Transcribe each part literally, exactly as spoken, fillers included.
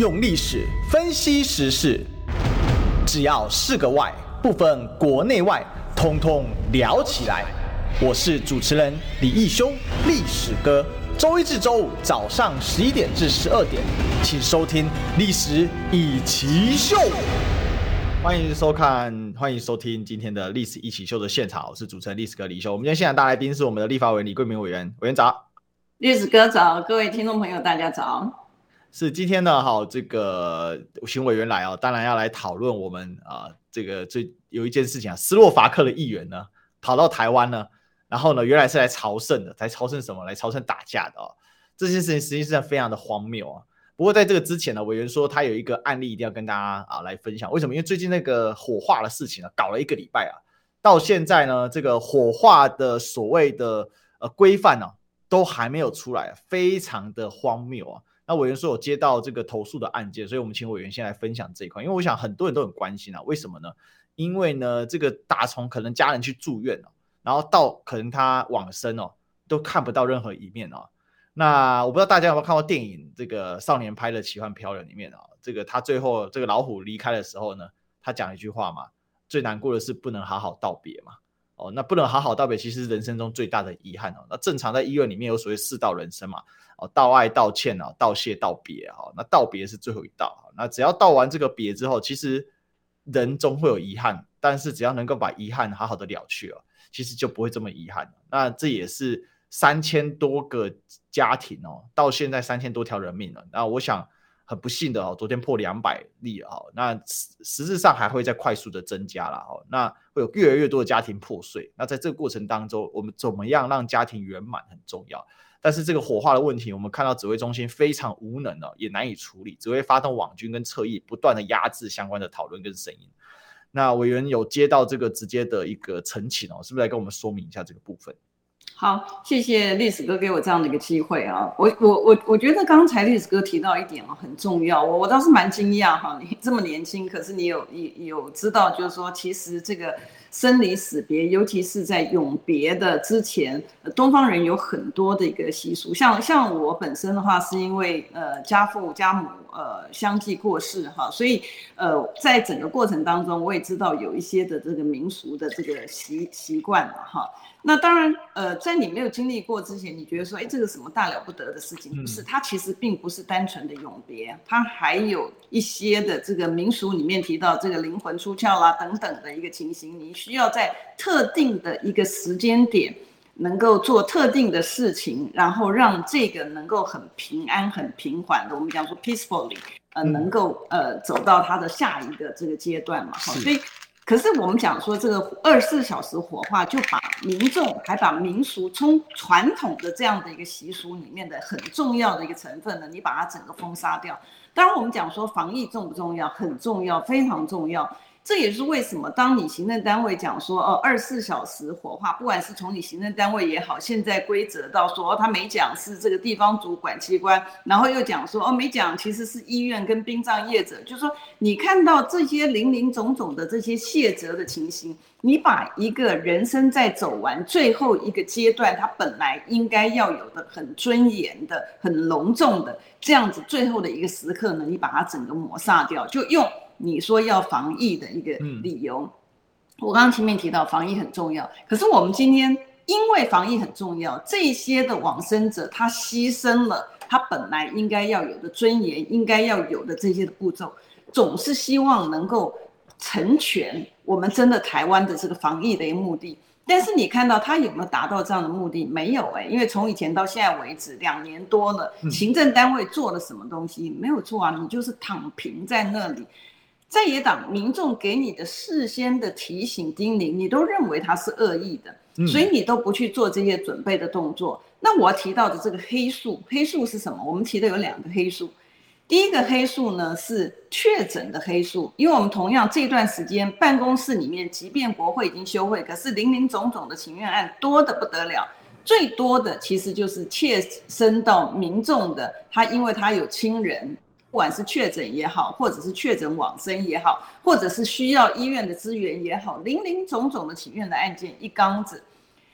用历史分析时事，只要是个“外”，不分国内外，通通聊起来。我是主持人李义修，历史哥。周一至周五早上十一点至十二点，请收听《历史一起秀》。欢迎收看，欢迎收听今天的《历史一起秀》的现场，我是主持人历史哥李修。我们今天现场大来宾是我们的立法委员李桂明委员，委员早。 历史哥早，各位听众朋友大家早。 是今天呢，好，这个请委员来哦，当然要来讨论我们啊、呃，这个最有一件事情啊，斯洛伐克的议员呢跑到台湾呢，然后呢，原来是来朝圣的，来朝圣什么？来朝圣打架的哦。这件事情实际上非常的荒谬啊。不过在这个之前呢，委员说他有一个案例一定要跟大家啊来分享。为什么？因为最近那个火化的事情啊，搞了一个礼拜啊，到现在呢，这个火化的所谓的呃规范呢、啊，都还没有出来，非常的荒谬啊。那委员说有接到这个投诉的案件，所以我们请委员先来分享这一块，因为我想很多人都很关心啊，为什么呢？因为呢，这个打从可能家人去住院、哦、然后到可能他往生哦，都看不到任何一面哦。那我不知道大家有没有看过电影这个少年拍的《奇幻漂流》里面啊、哦，这个他最后这个老虎离开的时候呢，他讲一句话嘛，最难过的是不能好好道别嘛。哦，那不能好好道别，其实是人生中最大的遗憾哦。那正常在医院里面有所谓四道人生嘛，哦，道爱、道歉、哦、道谢、道别哦。那道别是最后一道，那只要道完这个别之后，其实人终会有遗憾，但是只要能够把遗憾好好的了却哦，其实就不会这么遗憾。那这也是三千多个家庭哦，到现在三千多条人命了。那我想很不幸的哦，昨天破两百例了哦，那实质上还会再快速的增加了哦，那会有越来越多的家庭破碎。那在这个过程当中，我们怎么样让家庭圆满很重要。但是这个火化的问题，我们看到指挥中心非常无能哦，也难以处理，只会发动网军跟侧翼不断的压制相关的讨论跟声音。那委员有接到这个直接的一个陈情哦，是不是来跟我们说明一下这个部分？ 好，谢谢历史哥给我这样的一个机会啊！我我我我觉得刚才历史哥提到一点啊，很重要，我我倒是蛮惊讶哈，你这么年轻，可是你有有知道，就是说，其实这个生离死别，尤其是在永别的之前，东方人有很多的一个习俗，像像我本身的话，是因为呃家父家母呃相继过世哈，所以呃在整个过程当中，我也知道有一些的这个民俗的这个习习惯了哈。那当然，呃，在你没有经历过之前，你觉得说，哎，这个什么大了不得的事情？不是，它其实并不是单纯的永别，它还有一些的这个民俗里面提到这个灵魂出窍啦等等的一个情形，你需要在特定的一个时间点，能够做特定的事情，然后让这个能够很平安、很平缓的，我们讲说 peacefully， 呃，能够呃走到它的下一个这个阶段嘛，好，所以。可是我们讲说这个二十四小时火化，就把民众还把民俗从传统的这样的一个习俗里面的很重要的一个成分呢，你把它整个封杀掉。当然我们讲说防疫重不重要，很重要，非常重要。这也是为什么当你行政单位讲说哦二十四小时火化，不管是从你行政单位也好，现在规则到说、哦、他没讲是这个地方主管机关，然后又讲说哦没讲其实是医院跟殡葬业者，就是说你看到这些林林总总的这些卸责的情形，你把一个人生在走完最后一个阶段，他本来应该要有的很尊严的、很隆重的这样子最后的一个时刻呢，你把它整个抹煞掉，就用你说要防疫的一个理由、嗯、我刚刚前面提到防疫很重要，可是我们今天因为防疫很重要，这些的往生者他牺牲了他本来应该要有的尊严，应该要有的这些的步骤，总是希望能够成全我们真的台湾的这个防疫的一个目的。但是你看到他有没有达到这样的目的？没有哎、欸，因为从以前到现在为止两年多了，行政单位做了什么东西？没有做啊，你就是躺平在那里。在野党民众给你的事先的提醒叮咛，你都认为他是恶意的，所以你都不去做这些准备的动作。那我要提到的这个黑数，黑数是什么？我们提的有两个黑数。第一个黑数呢是确诊的黑数，因为我们同样这段时间办公室里面，即便国会已经休会，可是林林总总的请愿案多得不得了，最多的其实就是切身到民众的，他因为他有亲人，不管是确诊也好，或者是确诊往生也好，或者是需要医院的资源也好，林林总总的请愿的案件一缸子。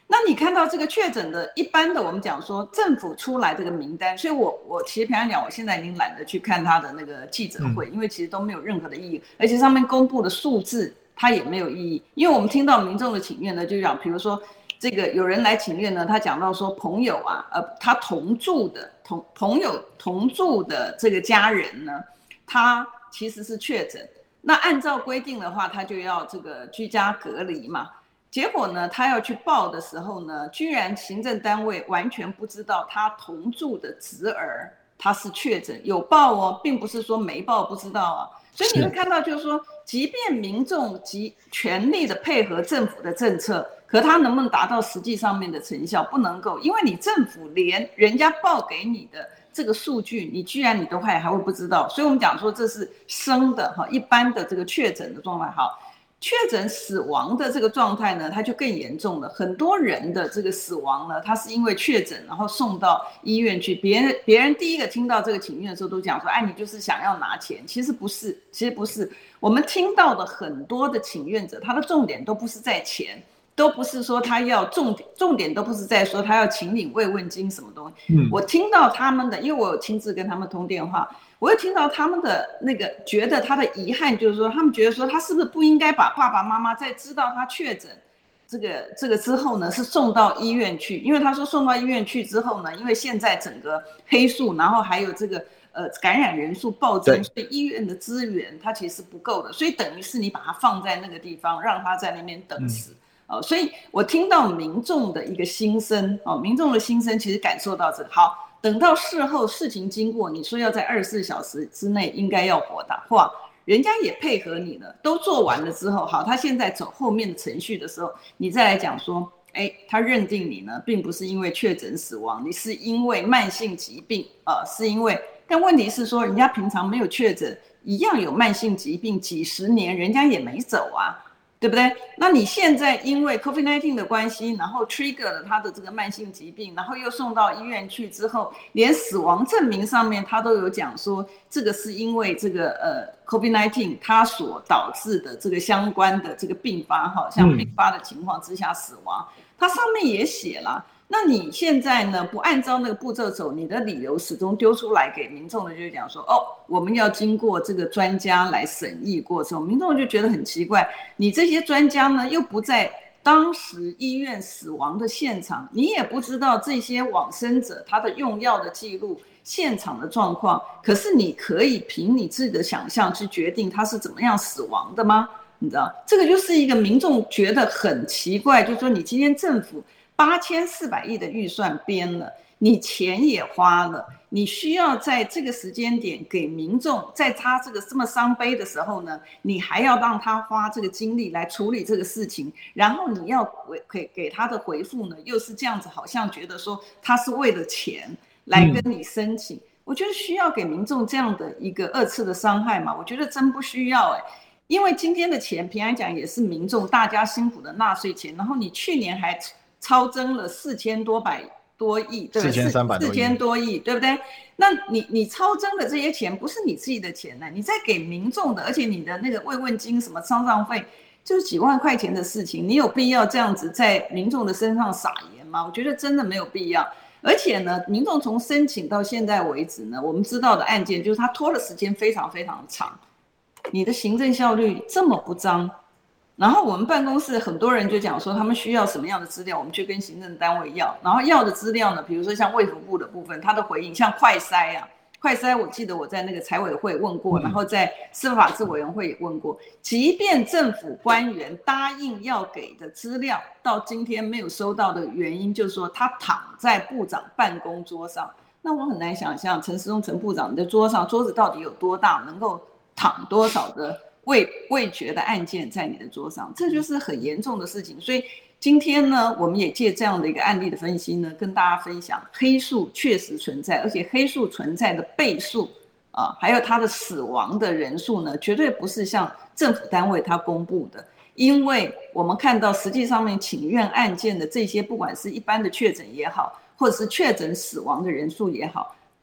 那你看到这个确诊的，一般的我们讲说政府出来这个名单，所以我我其实平常讲，我现在已经懒得去看他的那个记者会，因为其实都没有任何的意义，而且上面公布的数字它也没有意义，因为我们听到民众的请愿呢，就讲比如说这个有人来请愿呢，他讲到说朋友啊，呃，他同住的同朋友同住的这个家人呢，他其实是确诊，那按照规定的话，他就要这个居家隔离嘛。结果呢，他要去报的时候呢，居然行政单位完全不知道他同住的侄儿他是确诊，有报哦，并不是说没报不知道啊。所以你会看到，就是说，即便民众极全力的配合政府的政策，可他能不能达到实际上面的成效，不能够，因为你政府连人家报给你的这个数据，你居然你都还还会不知道。所以我们讲说这是生的哈，一般的这个确诊的状态好。确诊死亡的这个状态呢，它就更严重了。很多人的这个死亡呢，他是因为确诊，然后送到医院去。别人别人第一个听到这个请愿的时候，都讲说：“哎，你就是想要拿钱。”其实不是，其实不是。我们听到的很多的请愿者，他的重点都不是在钱，都不是说他要重点，重点都不是在说他要请领慰问金什么东西。嗯，我听到他们的，因为我有亲自跟他们通电话。我又听到他们的那个觉得他的遗憾，就是说他们觉得说他是不是不应该把爸爸妈妈在知道他确诊这个这个之后呢，是送到医院去，因为他说送到医院去之后呢，因为现在整个黑数，然后还有这个呃感染人数暴增，所以医院的资源它其实是不够的，所以等于是你把它放在那个地方，让他在那边等死。嗯哦、所以我听到民众的一个心声哦，民众的心声其实感受到这个好。等到事后事情经过，你说要在二十四小时之内应该要活的话，人家也配合你了，都做完了之后，好，他现在走后面的程序的时候，你再来讲说，哎，他认定你呢，并不是因为确诊死亡，你是因为慢性疾病啊、呃，是因为，但问题是说，人家平常没有确诊，一样有慢性疾病，几十年人家也没走啊。对不对？那你现在因为 COVID 十九 的关系，然后 trigger 了他的这个慢性疾病，然后又送到医院去之后，连死亡证明上面他都有讲说，这个是因为这个呃 COVID 十九 它所导致的这个相关的这个并发哈，像并发的情况之下死亡，它上面也写了。那你现在呢不按照那个步骤走，你的理由始终丢出来给民众的就是讲说，哦，我们要经过这个专家来审议过程，民众就觉得很奇怪，你这些专家呢又不在当时医院死亡的现场，你也不知道这些往生者他的用药的记录、现场的状况，可是你可以凭你自己的想象去决定他是怎么样死亡的吗？你知道，这个就是一个民众觉得很奇怪，就是说你今天政府八千四百亿的预算编了，你钱也花了，你需要在这个时间点给民众，在他这个这么伤悲的时候呢，你还要让他花这个精力来处理这个事情，然后你要给给他的回复呢，又是这样子，好像觉得说他是为了钱来跟你申请，嗯、我觉得需要给民众这样的一个二次的伤害吗？我觉得真不需要哎、欸。因为今天的钱，平安讲也是民众大家辛苦的纳税钱，然后你去年还超增了四千多百多亿，对不对？四千三百多亿，四千多亿，对不对？那你你超增的这些钱不是你自己的钱呢，你在给民众的，而且你的那个慰问金什么丧葬费，就是几万块钱的事情，你有必要这样子在民众的身上撒盐吗？我觉得真的没有必要。而且呢，民众从申请到现在为止呢，我们知道的案件就是他拖的时间非常非常长，你的行政效率这么不彰。然后我们办公室很多人就讲说他们需要什么样的资料，我们去跟行政单位要，然后要的资料呢，比如说像卫福部的部分，他的回应像快筛啊，快筛我记得我在那个财委会问过，然后在司法法制委员会也问过，即便政府官员答应要给的资料，到今天没有收到的原因就是说他躺在部长办公桌上，那我很难想象陈时中陈部长的桌上桌子到底有多大，能够躺多少的未未决的案件在你的桌上，这就是很严重的事情。所以今天呢，我们也借这样的一个案例的分析呢，跟大家分享黑数确实存在，而且黑数存在的倍数啊，还有它的死亡的人数呢，绝对不是像政府单位它公布的，因为我们看到实际上面请愿案件的这些，不管是一般的确诊也好，或者是确诊死亡的人数也好，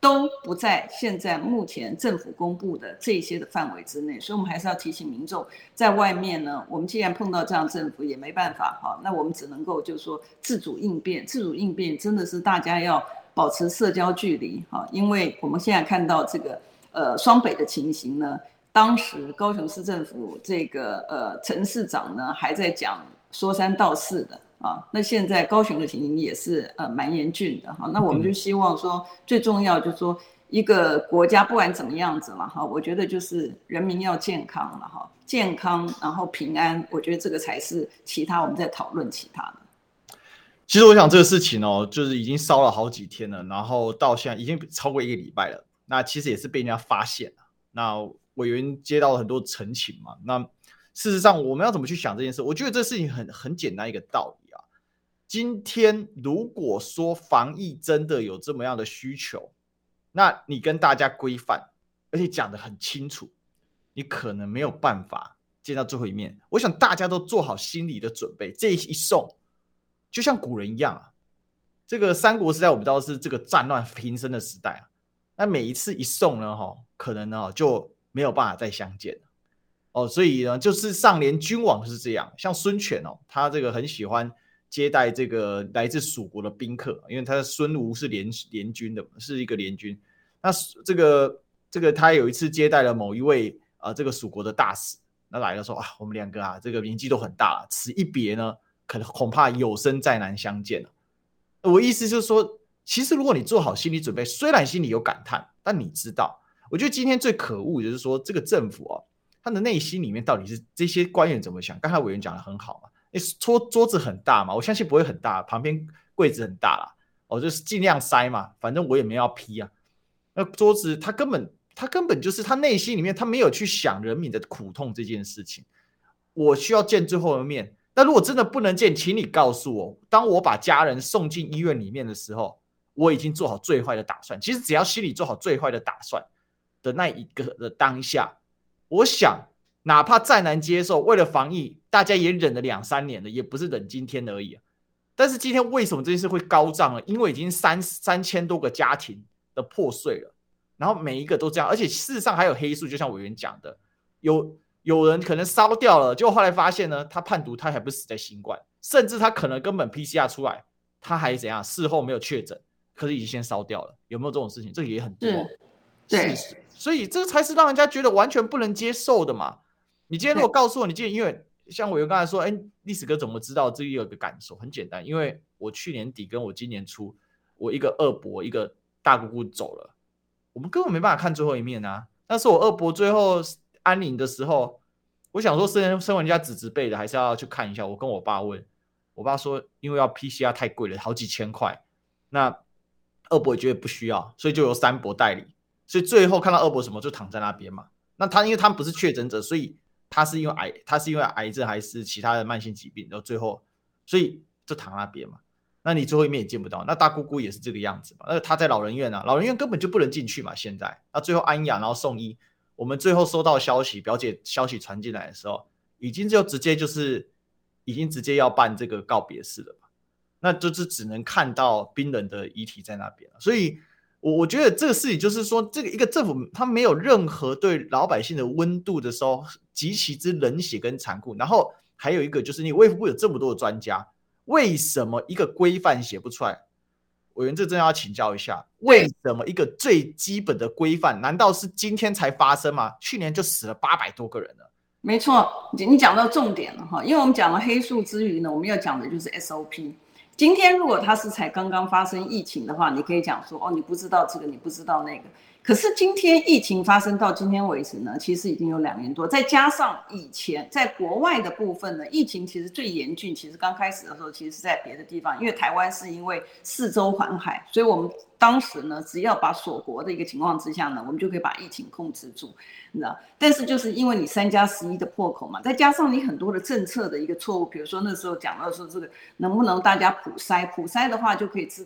都不在现在目前政府公布的这些的范围之内，所以我们还是要提醒民众，在外面呢，我们既然碰到这样政府也没办法哈，那我们只能够就是说自主应变，自主应变真的是大家要保持社交距离哈，因为我们现在看到这个呃双北的情形呢，当时高雄市政府这个呃陈市长呢还在讲说三道四的。啊，那现在高雄的情形也是呃蛮严峻的哈，那我们就希望说，最重要就是说，一个国家不管怎么样子了哈，我觉得就是人民要健康了哈，健康然后平安，我觉得这个才是其他我们在讨论其他的。 其实我想这个事情哦，就是已经烧了好几天了，然后到现在已经超过一个礼拜了，那其实也是被人家发现了，那委员接到了很多陈情嘛，那事实上我们要怎么去想这件事？我觉得这事情很很简单一个道理。今天如果说防疫真的有这么样的需求，那你跟大家规范，而且讲得很清楚，你可能没有办法见到最后一面。我想大家都做好心理的准备，这一送就像古人一样啊，这个三国时代我们知道是这个战乱频生的时代啊，那每一次一送呢，可能呢就没有办法再相见了。哦，所以呢，就是上联君王是这样，像孙权哦，他这个很喜欢接待这个来自蜀国的宾客，因为他的孙吴是联联军的，是一个联军。那这个这个他有一次接待了某一位啊、呃、这个蜀国的大使，那来了说啊，我们两个啊这个年纪都很大了，此一别呢，可能恐怕有生再难相见了。我意思就是说，其实如果你做好心理准备，虽然心里有感叹，但你知道，我觉得今天最可恶就是说这个政府哦，他的内心里面到底是这些官员怎么想？刚才委员讲的很好嘛。桌桌子很大嘛，我相信不会很大，旁边柜子很大啦，我、哦、就是尽量塞嘛，反正我也没有要批啊。那桌子他根本他根本就是他内心里面他没有去想人民的苦痛这件事情。我需要见最后一面，那如果真的不能见，请你告诉我，当我把家人送进医院里面的时候，我已经做好最坏的打算。其实只要心里做好最坏的打算的那一个的当下，我想。哪怕再难接受，为了防疫，大家也忍了两三年了，也不是忍今天而已、啊、但是今天为什么这件事会高涨了？因为已经三三千多个家庭的破碎了，然后每一个都这样，而且事实上还有黑数，就像委员讲的，有有人可能烧掉了，结果后来发现呢，他判读他还不是死在新冠，甚至他可能根本 P C R 出来，他还怎样，事后没有确诊，可是已经先烧掉了，有没有这种事情？这个也很多， 对， 所以这才是让人家觉得完全不能接受的嘛。你今天如果告诉我，你今天因为像委员刚才说，哎，历史哥怎么知道这有个感受？很简单，因为我去年底跟我今年初，我一个二伯一个大姑姑走了，我们根本没办法看最后一面啊。那是我二伯最后安宁的时候，我想说生生人家子侄辈的还是要去看一下。我跟我爸问，我爸说因为要 P C R 太贵了，好几千块，那二伯也觉得不需要，所以就由三伯代理。所以最后看到二伯什么就躺在那边嘛。那他因为他们不是确诊者，所以他是因为癌，他是因为癌症还是其他的慢性疾病，然后最后所以就躺那边嘛。那你最后一面也见不到。那大姑姑也是这个样子嘛。那他在老人院啊，老人院根本就不能进去嘛。现在那最后安养然后送医，我们最后收到消息，表姐消息传进来的时候，已经就直接就是已经直接要办这个告别式了嘛。那就是只能看到冰冷的遗体在那边了。所以我我觉得这个事情就是说，这个一个政府他没有任何对老百姓的温度的时候，极其之冷血跟残酷。然后还有一个就是你卫福部有这么多的专家，为什么一个规范写不出来？委员这真的要请教一下，为什么一个最基本的规范难道是今天才发生吗？去年就死了八百多个人了。 没错，你讲到重点了哈，因为我们讲了黑数之余呢，我们要讲的就是 S O P。今天如果它是才刚刚发生疫情的话，你可以讲说哦，你不知道这个，你不知道那个。可是今天疫情发生到今天为止呢，其实已经有两年多，再加上以前在国外的部分呢，疫情其实最严峻，其实刚开始的时候其实是在别的地方，因为台湾是因为四周环海，所以我们当时呢，只要把锁国的一个情况之下呢，我们就可以把疫情控制住，你知道？但是就是因为你三加十一的破口嘛，再加上你很多的政策的一个错误，比如说那时候讲到说这个能不能大家普筛，普筛的话就可以知道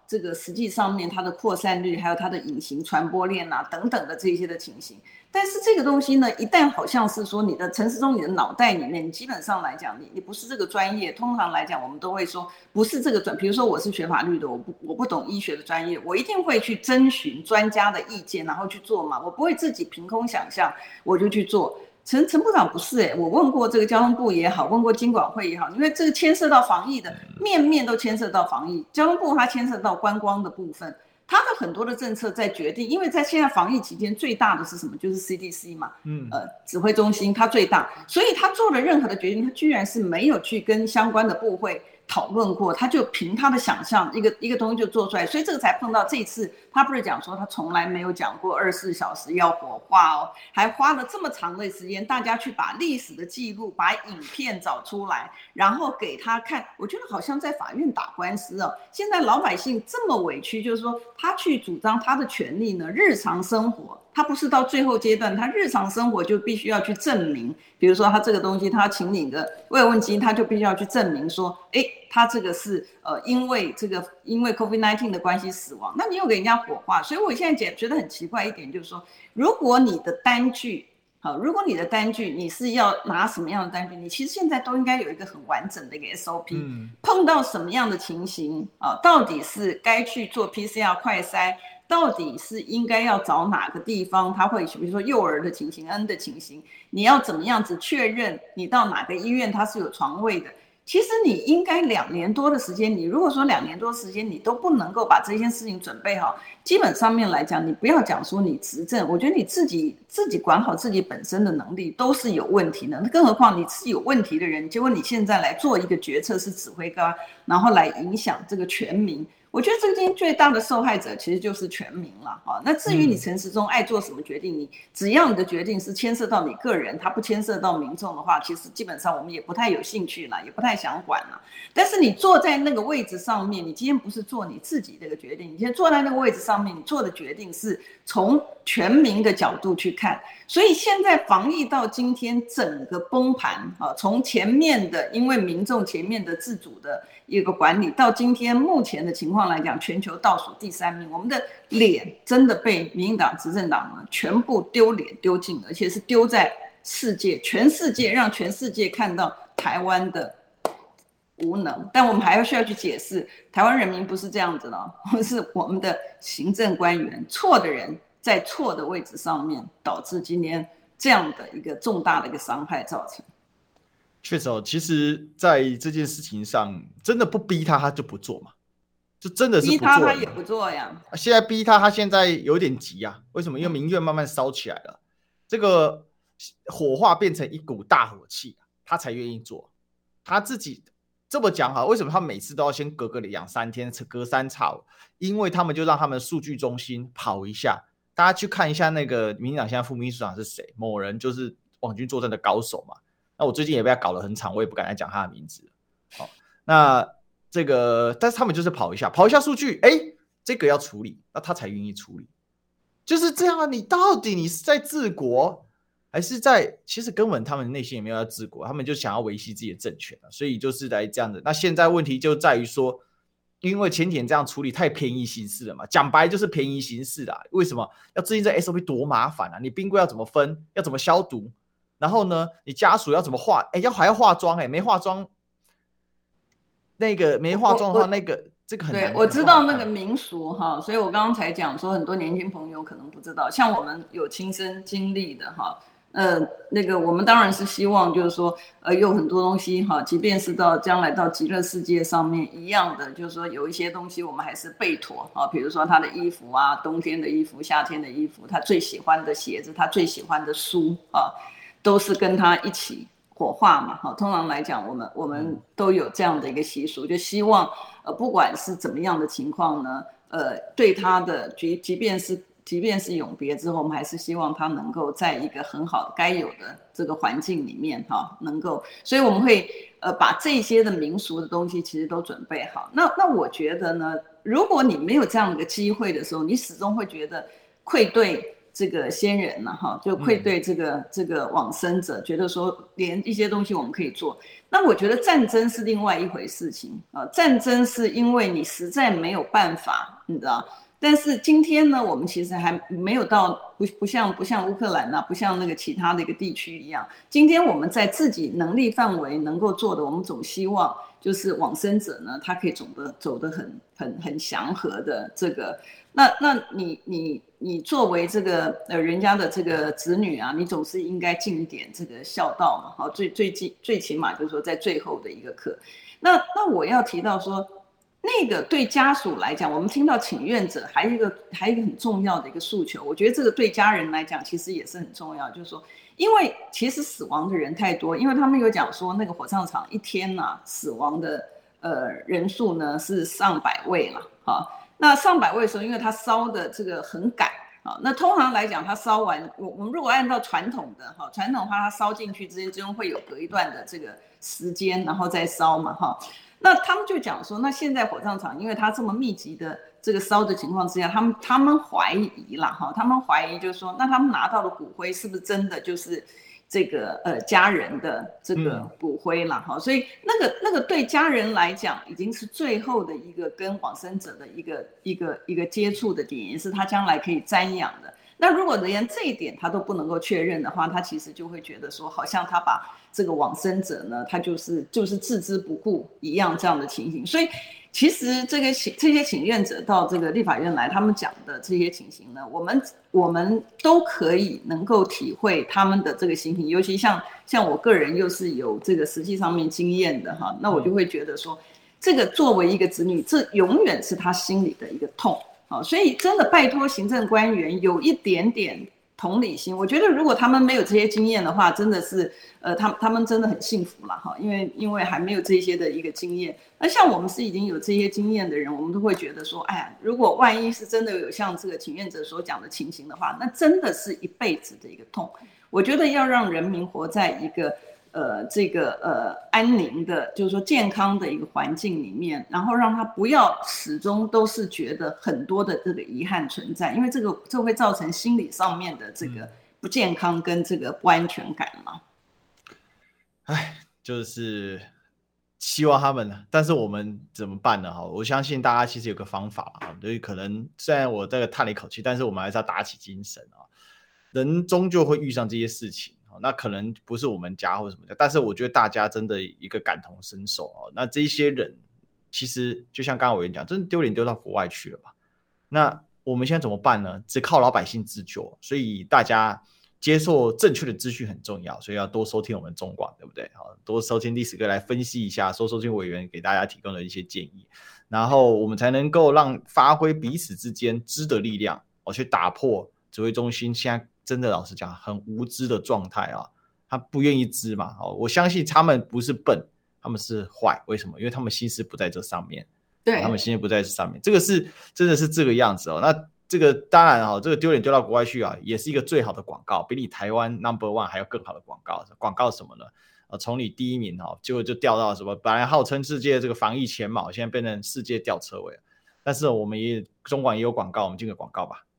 这个实际上面它的扩散率，还有它的隐形传播链啊等等的这些的情形。但是这个东西呢，一旦好像是说你的陈时中你的脑袋里面，你基本上来讲，你你不是这个专业，通常来讲我们都会说不是这个专，比如说我是学法律的，我不我不懂医学的专业，我一定会去征询专家的意见，然后去做嘛，我不会自己凭空想象我就去做。陈陈部长不是哎、欸，我问过这个交通部也好，问过金管会也好，因为这个牵涉到防疫的，面面都牵涉到防疫。交通部它牵涉到观光的部分，它的很多的政策在决定，因为在现在防疫期间最大的是什么？就是 C D C 嘛，嗯，呃，指挥中心它最大，所以他做了任何的决定，他居然是没有去跟相关的部会讨论过，他就凭他的想象，一个一个东西就做出来，所以这个才碰到这一次，他不是讲说他从来没有讲过二十四小时要火化哦，还花了这么长的时间，大家去把历史的记录、把影片找出来，然后给他看。我觉得好像在法院打官司哦。现在老百姓这么委屈，就是说他去主张他的权利呢，日常生活。他不是到最后阶段，他日常生活就必须要去证明，比如说他这个东西，他请领个慰问金，他就必须要去证明说，哎，他这个是呃因为这个因为 COVID 十九 的关系死亡，那你有给人家火化，所以我现在觉得很奇怪一点，就是说，如果你的单据，好，如果你的单据你是要拿什么样的单据，你其实现在都应该有一个很完整的一个 S O P，、嗯、碰到什么样的情形啊，到底是该去做 P C R 快筛。到底是应该要找哪个地方，他会比如说幼儿的情形、N 的情形，你要怎么样子确认你到哪个医院它是有床位的？其实你应该两年多的时间，你如果说两年多的时间你都不能够把这件事情准备好，基本上面来讲，你不要讲说你执政，我觉得你自己自己管好自己本身的能力都是有问题的，更何况你是有问题的人，结果你现在来做一个决策是指挥官，然后来影响这个全民。我觉得这个今天最大的受害者其实就是全民了啊。那至于你陈时中爱做什么决定，你只要你的决定是牵涉到你个人，他不牵涉到民众的话，其实基本上我们也不太有兴趣了，也不太想管了。但是你坐在那个位置上面，你今天不是做你自己这个决定，你今天坐在那个位置上面，你做的决定是从全民的角度去看。所以现在防疫到今天整个崩盘啊，从前面的因为民众前面的自主的一个管理，到今天目前的情况来讲，全球倒数第三名，我们的脸真的被民进党执政党呢全部丢脸丢尽，而且是丢在世界，全世界让全世界看到台湾的无能。但我们还要需要去解释，台湾人民不是这样子的，是我们的行政官员错的人在错的位置上面，导致今天这样的一个重大的一个伤害造成。 确实哦，其实在这件事情上，真的不逼他，他就不做嘛，就真的是不做。逼他他也不做呀。 现在逼他，他现在有点急啊。为什么？因为民怨慢慢烧起来了，这个火化变成一股大火气，他才愿意做。他自己这么讲哈，为什么他每次都要先隔个两三天，隔三差五？因为他们就让他们数据中心跑一下，大家去看一下那个民进党现在副秘书长是谁，某人就是网军作战的高手嘛。那我最近也被他搞得很惨，我也不敢再讲他的名字。好，那这个，但是他们就是跑一下，跑一下数据，哎，这个要处理，那他才愿意处理，就是这样啊。你到底你是在治国，还是在？其实根本他们内心也没有要治国，他们就想要维系自己的政权，所以就是来这样的。那现在问题就在于说，因为前天这样处理太便宜行事了嘛，讲白就是便宜行事啦。为什么要制定这 S O P 多麻烦啊？你冰柜要怎么分，要怎么消毒？然后呢，你家属要怎么化？哎，要还要化妆哎，没化妆，那个没化妆的话，那个这个很难。 对，我知道那个民俗哈，所以我刚刚才讲说，很多年轻朋友可能不知道，像我们有亲身经历的哈，呃，那个我们当然是希望就是说，呃，有很多东西哈，即便是到将来到极乐世界上面一样的，就是说有一些东西我们还是备妥啊，比如说他的衣服啊，冬天的衣服、夏天的衣服，他最喜欢的鞋子、他最喜欢的书啊。都是跟他一起火化嘛，哈，通常来讲，我们我们都有这样的一个习俗，就希望呃，不管是怎么样的情况呢，呃，对他的即即便是即便是永别之后，我们还是希望他能够在一个很好的该有的这个环境里面哈，能够，所以我们会呃把这些的民俗的东西其实都准备好。那那我觉得呢，如果你没有这样的一个机会的时候，你始终会觉得愧对。 这个先人呢、啊、哈，就愧对这个、嗯、这个往生者，觉得说连一些东西我们可以做。那我觉得战争是另外一回事情啊，战争是因为你实在没有办法，你知道。但是今天呢，我们其实还没有到不不像不像乌克兰啊，不像那个其他的一个地区一样。今天我们在自己能力范围能够做的，我们总希望就是往生者呢，他可以走得走得很很很祥和的这个。那那你你你作为这个呃人家的这个子女啊，你总是应该尽一点这个孝道嘛，好，最最最最起码就是说在最后的一个课。那那我要提到说。那个对家属来讲，我们听到请愿者还有一个还有一个很重要的一个诉求，我觉得这个对家人来讲其实也是很重要，就是说，因为其实死亡的人太多，因为他们有讲说那个火葬场一天啊死亡的呃人数呢是上百位了，啊，那上百位的时候，因为他烧的这个很赶啊，那通常来讲他烧完，我我们如果按照传统的哈传统的话，他烧进去之间中会有隔一段的这个时间，然后再烧嘛哈。那他们就讲说，那现在火葬场因为它这么密集的这个烧的情况之下，他们他们怀疑啦哈，他们怀疑就是说，那他们拿到的骨灰是不是真的就是这个呃家人的这个骨灰啦哈？所以那个那个对家人来讲，已经是最后的一个跟往生者的一个一个一个接触的点，也是他将来可以瞻仰的。那如果连这一点他都不能够确认的话，他其实就会觉得说，好像他把这个往生者呢，他就是就是置之不顾一样这样的情形。所以其实这个这些请愿者到这个立法院来，他们讲的这些情形呢，我们我们都可以能够体会他们的这个心情，尤其像像我个人又是有这个实际上面经验的哈，那我就会觉得说，这个作为一个子女，这永远是他心里的一个痛。所以真的拜托行政官员有一点点同理心，我觉得如果他们没有这些经验的话，真的是呃，他们他们真的很幸福了哈，因为因为还没有这些的一个经验。那像我们是已经有这些经验的人，我们都会觉得说，哎呀，如果万一是真的有像这个请愿者所讲的情形的话，那真的是一辈子的一个痛。我觉得要让人民活在一个呃这个呃安宁的，就是说健康的一个环境里面，然后让他不要始终都是觉得很多的这个遗憾存在，因为这个这会造成心理上面的这个不健康跟这个不安全感嘛。 哎，就是希望他们，但是我们怎么办呢？哈，我相信大家其实有个方法啊，所以可能虽然我这个叹了一口气，但是我们还是要打起精神啊。人终究会遇上这些事情。那可能不是我们家或什么的，但是我觉得大家真的一个感同身受哦。那这些人其实就像刚刚委员讲，真的丢脸丢到国外去了吧？那我们现在怎么办呢？只靠老百姓自救，所以大家接受正确的资讯很重要，所以要多收听我们中广，对不对？好，多收听历史哥来分析一下，多收听委员给大家提供的一些建议，然后我们才能够让发挥彼此之间知的力量，我去打破指挥中心现在。真的老实讲很无知的状态啊，他不愿意知嘛，我相信他们不是笨，他们是坏，为什么？因为他们心思不在这上面，对，他们心思不在这上面，这个是真的是这个样子哦。那这个当然啊，这个丢脸丢到国外去啊，也是一个最好的广告，比你台湾 number one 还有更好的广告。广告什么呢？呃，从你第一名哈，结果就掉到什么？本来号称世界这个防疫前茅，现在变成世界吊车尾了。但是我们也中广也有广告，我们进个广告吧。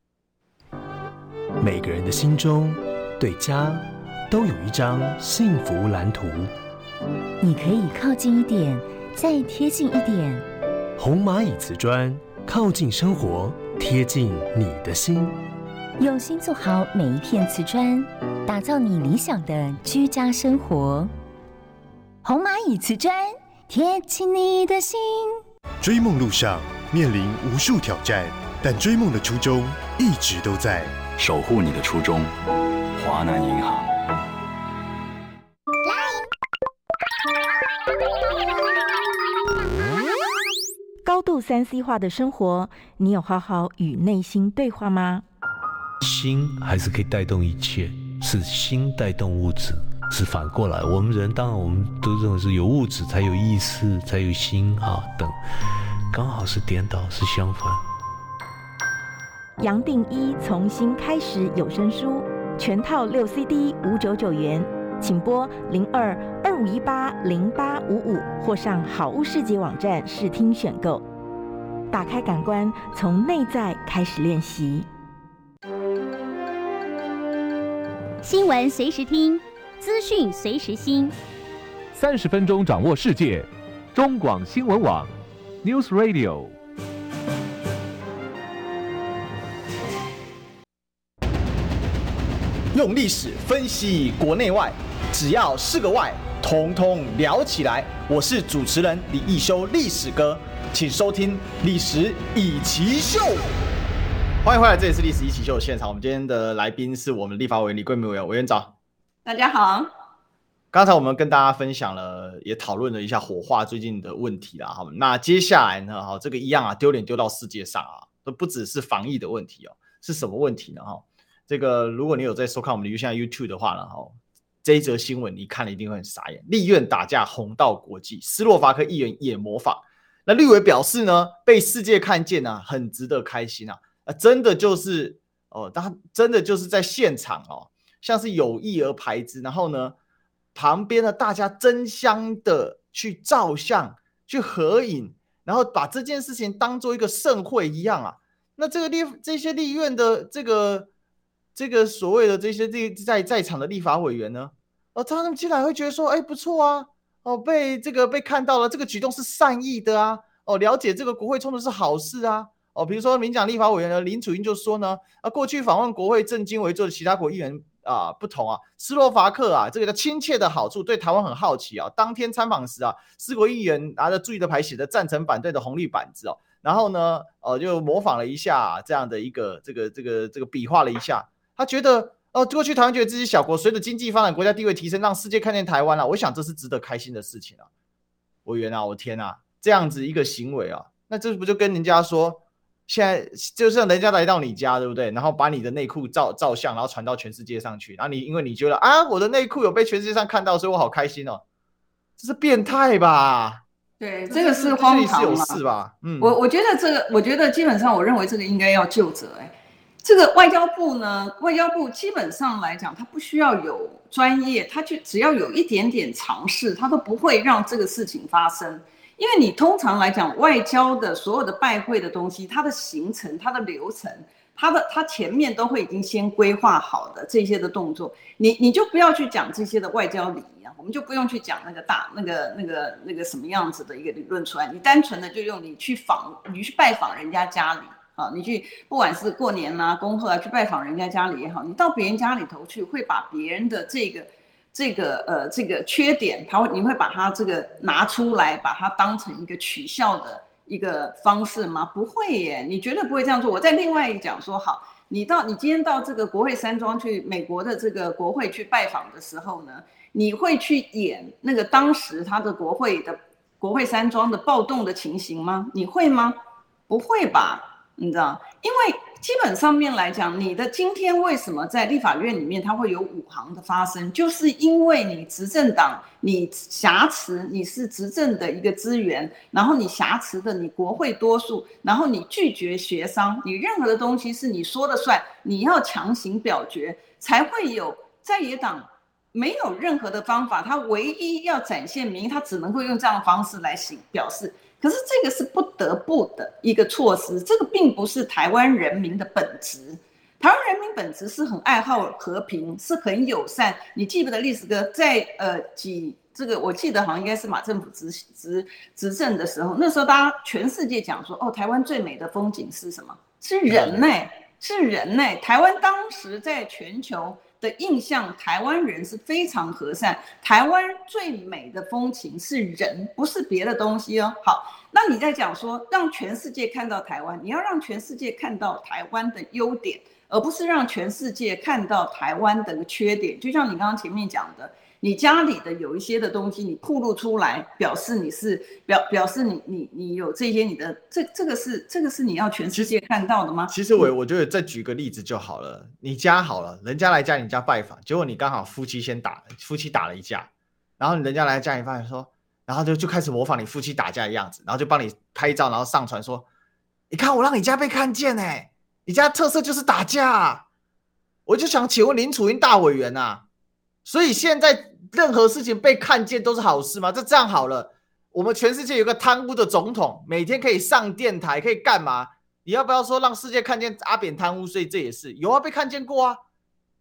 每个人的心中对家都有一张幸福蓝图， 你可以靠近一点，再贴近一点。 红蚂蚁瓷砖，靠近生活，贴近你的心。 用心做好每一片瓷砖，打造你理想的居家生活。红蚂蚁瓷砖，贴近你的心。 追梦路上面临无数挑战，但追梦的初衷一直都在。 守护你的初衷，华南银行。 高度三 C 化的生活，你有好好与内心对话吗？ 心还是可以带动一切，是心带动物质，是反过来。我们人当然我们都认为是有物质才有意识，才有心啊等，刚好是颠倒，是相反。 杨定一从新开始有声书，全套六 C D 五百九十九元，请拨零二二五一八零八五五或上好物世界网站试听选购。打开感官，从内在开始练习。 新闻随时听，资讯随时新。 三十分钟掌握世界，中广新闻网 News Radio。 用历史分析国内外，只要是个“外”，统统聊起来。我是主持人李义修，历史哥，请收听《历史一起秀》。欢迎回来，这里是《历史一起秀》的现场。我们今天的来宾是我们立法委员李桂明委员，委员长。 大家好。 刚才我们跟大家分享了，也讨论了一下火化最近的问题啦。好，那接下来呢？哈，这个一样啊，丢脸丢到世界上啊，都不只是防疫的问题哦，是什么问题呢？哈。这个，如果你有在收看我们的现在 YouTube 的话呢，这一则新闻你看了一定会很傻眼。立院打架红到国际，斯洛伐克议员也模仿。那立委表示呢，被世界看见啊，很值得开心啊！啊真的就是哦，他真的就是在现场哦，像是有意而排之，然后呢，旁边的大家争相的去照相、去合影，然后把这件事情当做一个盛会一样啊。那这个立这些立院的这个。这个所谓的这些在在场的立法委员呢，哦，他们竟然会觉得说，哎，不错啊，哦，被这个被看到了，这个举动是善意的啊，哦，了解这个国会冲突是好事啊，哦，比如说民进党立法委员呢林楚英就说呢，啊，过去访问国会正襟危坐的其他国议员啊不同啊，斯洛伐克啊这个叫亲切的好处，对台湾很好奇啊，当天参访时啊，四国议员拿着注意的牌写的赞成反对的红绿板子哦，然后呢，呃，就模仿了一下这样的一个这个这个这个比划了一下。他觉得，哦，过去台湾觉得自己小国，随着经济发展、国家地位提升，让世界看见台湾了、啊。我想这是值得开心的事情啊！委员啊，我天啊，这样子一个行为啊，那这不就跟人家说，现在就是让人家来到你家，对不对？然后把你的内裤照照相，然后传到全世界上去，然后你因为你觉得啊，我的内裤有被全世界上看到，所以我好开心哦，这是变态吧？ 对，这个是荒唐嘛？ 有事吧？嗯， 我我觉得这个，我觉得基本上，我认为这个应该要究责、欸。哎。这个外交部呢，外交部基本上来讲，它不需要有专业，它就只要有一点点尝试，它都不会让这个事情发生。因为你通常来讲，外交的所有的拜会的东西，它的行程、它的流程、它的它前面都会已经先规划好的这些的动作，你你就不要去讲这些的外交礼仪啊，我们就不用去讲那个大那个那个那个什么样子的一个理论出来，你单纯的就用你去访，你去拜访人家家里。啊，你去不管是过年啊、恭贺啊，去拜访人家家里也好，你到别人家里头去，会把别人的这个、这个呃、这个缺点，他会你会把它这个拿出来，把它当成一个取笑的一个方式吗？不会耶，你绝对不会这样做。我在另外讲说，好，你到你今天到这个国会山庄去，美国的这个国会去拜访的时候呢，你会去演那个当时他的国会的国会山庄的暴动的情形吗？你会吗？不会吧。你知道，因为基本上面来讲，你的今天为什么在立法院里面它会有五行的发生，就是因为你执政党你挟持，你是执政的一个资源，然后你挟持的你国会多数，然后你拒绝协商，你任何的东西是你说了算，你要强行表决，才会有在野党没有任何的方法，他唯一要展现民意，他只能够用这样的方式来表示。可是这个是不得不的一个措施，这个并不是台湾人民的本质。台湾人民本质是很爱好和平，是很友善。你记不得历史哥在呃几这个，我记得好像应该是马政府执执执政的时候，那时候大家全世界讲说，哦，台湾最美的风景是什么？是人呢、欸，是人呢、欸。台湾当时在全球的印象，台湾人是非常和善。台湾最美的风情是人，不是别的东西哦。好，那你在讲说让全世界看到台湾，你要让全世界看到台湾的优点，而不是让全世界看到台湾的缺点。就像你刚刚前面讲的，你家里的有一些的东西你暴露出来，表示你是表表示你你你有这些你的这这个是这个是你要全世界看到的吗？ 其实我我觉得再举个例子就好了，你家好了，人家来家你家拜访，结果你刚好夫妻先打夫妻打了一架，然后人家来家里发现说，然后就就开始模仿你夫妻打架的样子，然后就帮你拍照，然后上传说，你看我让你家被看见哎、欸，你家特色就是打架、啊，我就想请问林楚英大委员啊，所以现在任何事情被看见都是好事吗？这这样好了，我们全世界有个贪污的总统，每天可以上电台，可以干嘛？你要不要说让世界看见阿扁贪污？所以这也是有啊，被看见过啊。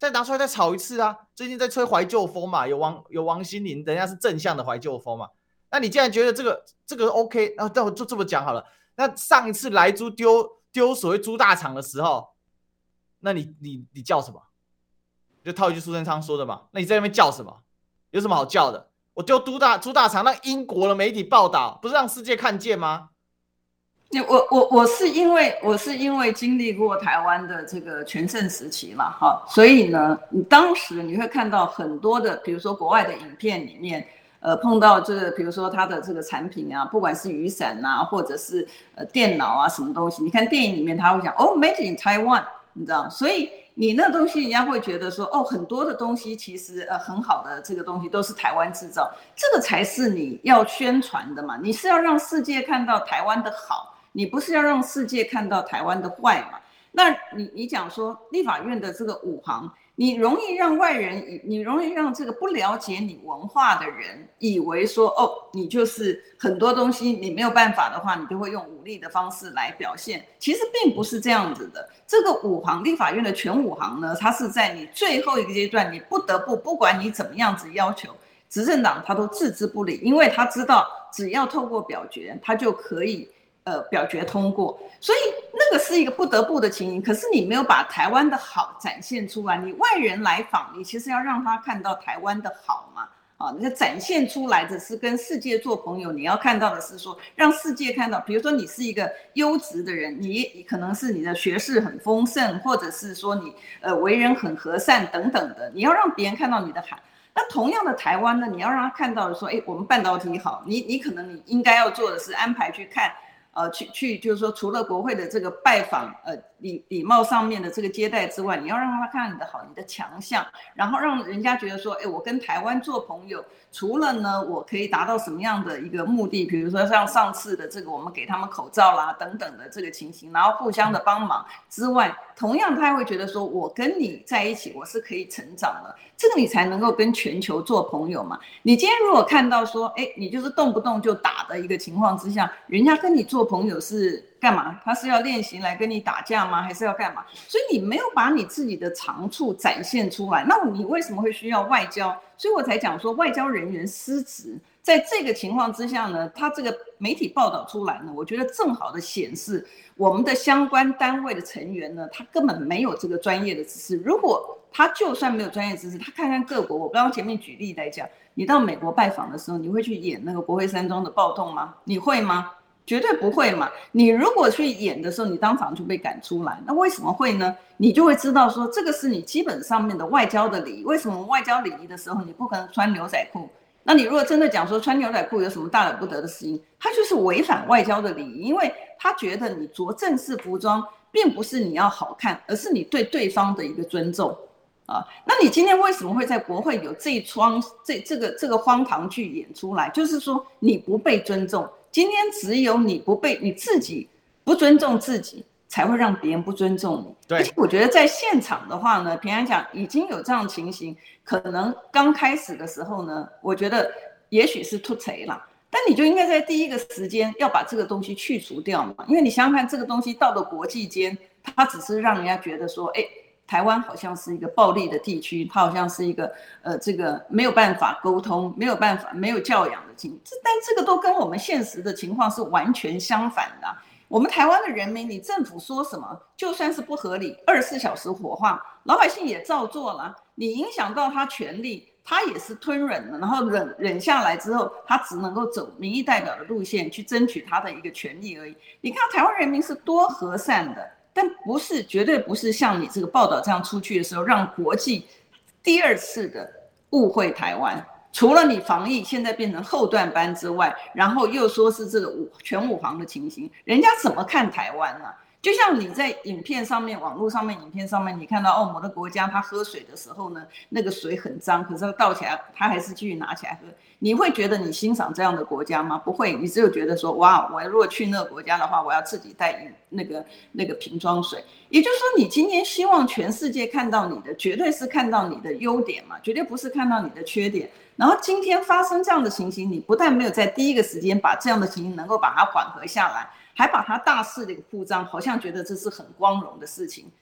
再拿出来再炒一次啊！最近在吹怀旧风嘛，有王有王心凌，人家是正向的怀旧风嘛。那你既然觉得这个这个 OK， 那那我就这么讲好了。那上一次莱猪丢丢所谓猪大肠的时候，那你你你叫什么？就套一句苏贞昌说的嘛。那你在那边叫什么？有什么好叫的？我丢猪大猪大肠，让英国的媒体报道，不是让世界看见吗？ 我我我是因为我是因为经历过台湾的这个全盛时期嘛，哈，所以呢，你当时你会看到很多的，比如说国外的影片里面，呃，碰到这个，比如说它的这个产品啊，不管是雨伞啊，或者是呃电脑啊，什么东西，你看电影里面他会讲哦 ，Made in Taiwan， 你知道，所以你那东西人家会觉得说，哦，很多的东西其实呃很好的这个东西都是台湾制造，这个才是你要宣传的嘛，你是要让世界看到台湾的好。你不是要让世界看到台湾的坏嘛？那你你讲说立法院的这个五行，你容易让外人，你容易让这个不了解你文化的人以为说，哦，你就是很多东西你没有办法的话，你就会用武力的方式来表现。其实并不是这样子的。这个五行立法院的全五行呢，它是在你最后一个阶段，你不得不不管你怎么样子要求，执政党他都置之不理，因为他知道只要透过表决，他就可以。呃，表决通过，所以那个是一个不得不的情形。可是你没有把台湾的好展现出来，你外人来访，你其实要让他看到台湾的好嘛，啊，你展现出来的是跟世界做朋友，你要看到的是说，让世界看到，比如说你是一个优质的人，你可能是你的学识很丰盛，或者是说你呃为人很和善等等的，你要让别人看到你的好。那同样的台湾呢，你要让他看到说，哎，我们半导体好，你你可能你应该要做的是安排去看。呃，去去就是说，除了国会的这个拜访，呃，礼礼貌上面的这个接待之外，你要让他看到你的好，你的强项，然后让人家觉得说，哎，我跟台湾做朋友，除了呢，我可以达到什么样的一个目的？比如说像上次的这个，我们给他们口罩啦等等的这个情形，然后互相的帮忙之外，同样他会觉得说，我跟你在一起，我是可以成长的，这个你才能够跟全球做朋友嘛。你今天如果看到说，哎，你就是动不动就打的一个情况之下，人家跟你做朋友是干嘛？他是要练习来跟你打架吗？还是要干嘛？所以你没有把你自己的长处展现出来，那你为什么会需要外交？所以我才讲说外交人员失职。在这个情况之下呢，他这个媒体报道出来呢，我觉得正好的显示我们的相关单位的成员呢，他根本没有这个专业的知识。如果他就算没有专业知识，他看看各国，我刚刚前面举例来讲，你到美国拜访的时候，你会去演那个国会山庄的暴动吗？你会吗？绝对不会嘛！你如果去演的时候，你当场就被赶出来，那为什么会呢？你就会知道说，这个是你基本上面的外交的礼仪。为什么外交礼仪的时候，你不可能穿牛仔裤？那你如果真的讲说穿牛仔裤有什么大了不得的事情，它就是违反外交的礼仪，因为他觉得你着正式服装，并不是你要好看，而是你对对方的一个尊重啊。那你今天为什么会在国会有这一桩这这个这个荒唐剧演出来？就是说你不被尊重。今天只有你不被你自己不尊重自己，才会让别人不尊重你。 对， 而且我觉得在现场的话呢，平安讲已经有这样的情形，可能刚开始的时候呢，我觉得也许是突贼啦，但你就应该在第一个时间要把这个东西去除掉嘛，因为你想想看，这个东西到了国际间，它只是让人家觉得说，哎。台湾好像是一个暴力的地区，它好像是一个呃，这个没有办法沟通、没有办法、没有教养的情，但这个都跟我们现实的情况是完全相反的、啊。我们台湾的人民，你政府说什么，就算是不合理，二十四小时火化，老百姓也照做了。你影响到他权利，他也是吞忍了，然后忍忍下来之后，他只能够走民意代表的路线去争取他的一个权利而已。你看台湾人民是多和善的。但不是，绝对不是像你这个报道这样出去的时候，让国际第二次的误会台湾。除了你防疫现在变成后段班之外，然后又说是这个五全武行的情形，人家怎么看台湾呢、啊？就像你在影片上面、网络上面、影片上面，你看到哦，某的国家他喝水的时候呢，那个水很脏，可是他倒起来，他还是继续拿起来喝。你会觉得你欣赏这样的国家吗？不会，你只有觉得说，哇，我如果去那个国家的话，我要自己带那个那个瓶装水。也就是说，你今天希望全世界看到你的，绝对是看到你的优点嘛，绝对不是看到你的缺点。然后今天发生这样的情形，你不但没有在第一个时间把这样的情形能够把它缓和下来，还把它大肆的扩张，好像觉得这是很光荣的事情。